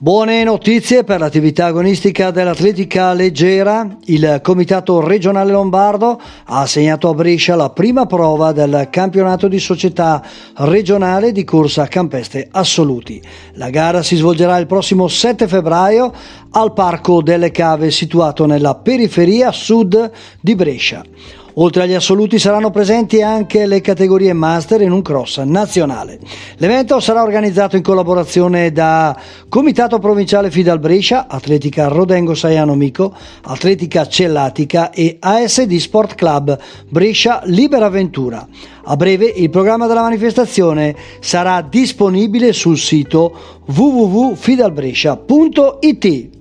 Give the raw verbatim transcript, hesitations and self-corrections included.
Buone notizie per l'attività agonistica dell'atletica leggera. Il Comitato Regionale Lombardo ha assegnato a Brescia la prima prova del campionato di società regionale di corsa campestre assoluti. La gara si svolgerà il prossimo sette febbraio al Parco delle Cave, situato nella periferia sud di Brescia. Oltre agli assoluti saranno presenti anche le categorie master in un cross nazionale. L'evento sarà organizzato in collaborazione da Comitato Provinciale Fidal Brescia, Atletica Rodengo Saiano Mico, Atletica Cellatica e A S D Sport Club Brescia Libera Ventura. A breve il programma della manifestazione sarà disponibile sul sito w w w punto fidalbrescia punto i t.